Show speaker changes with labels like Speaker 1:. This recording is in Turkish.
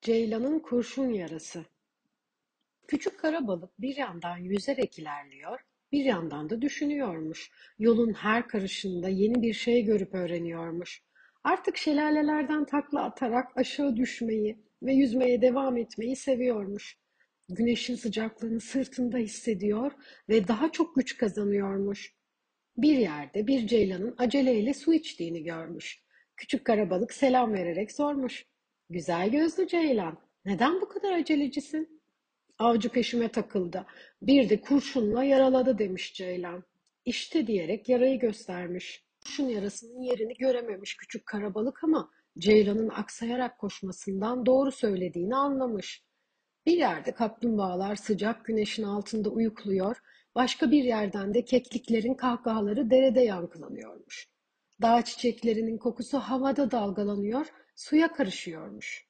Speaker 1: Ceylanın kurşun yarası. Küçük kara balık bir yandan yüzerek ilerliyor, bir yandan da düşünüyormuş. Yolun her karışında yeni bir şey görüp öğreniyormuş. Artık şelalelerden takla atarak aşağı düşmeyi ve yüzmeye devam etmeyi seviyormuş. Güneşin sıcaklığını sırtında hissediyor ve daha çok güç kazanıyormuş. Bir yerde bir ceylanın aceleyle su içtiğini görmüş. Küçük karabalık selam vererek sormuş. Güzel gözlü ceylan, neden bu kadar acelecisin? Avcı peşime takıldı. Bir de kurşunla yaraladı demiş ceylan. İşte diyerek yarayı göstermiş. Kurşun yarasının yerini görememiş küçük karabalık ama ceylanın aksayarak koşmasından doğru söylediğini anlamış. Bir yerde kaplumbağalar sıcak güneşin altında uyukluyor, başka bir yerden de kekliklerin kahkahaları derede yankılanıyormuş. Dağ çiçeklerinin kokusu havada dalgalanıyor, suya karışıyormuş.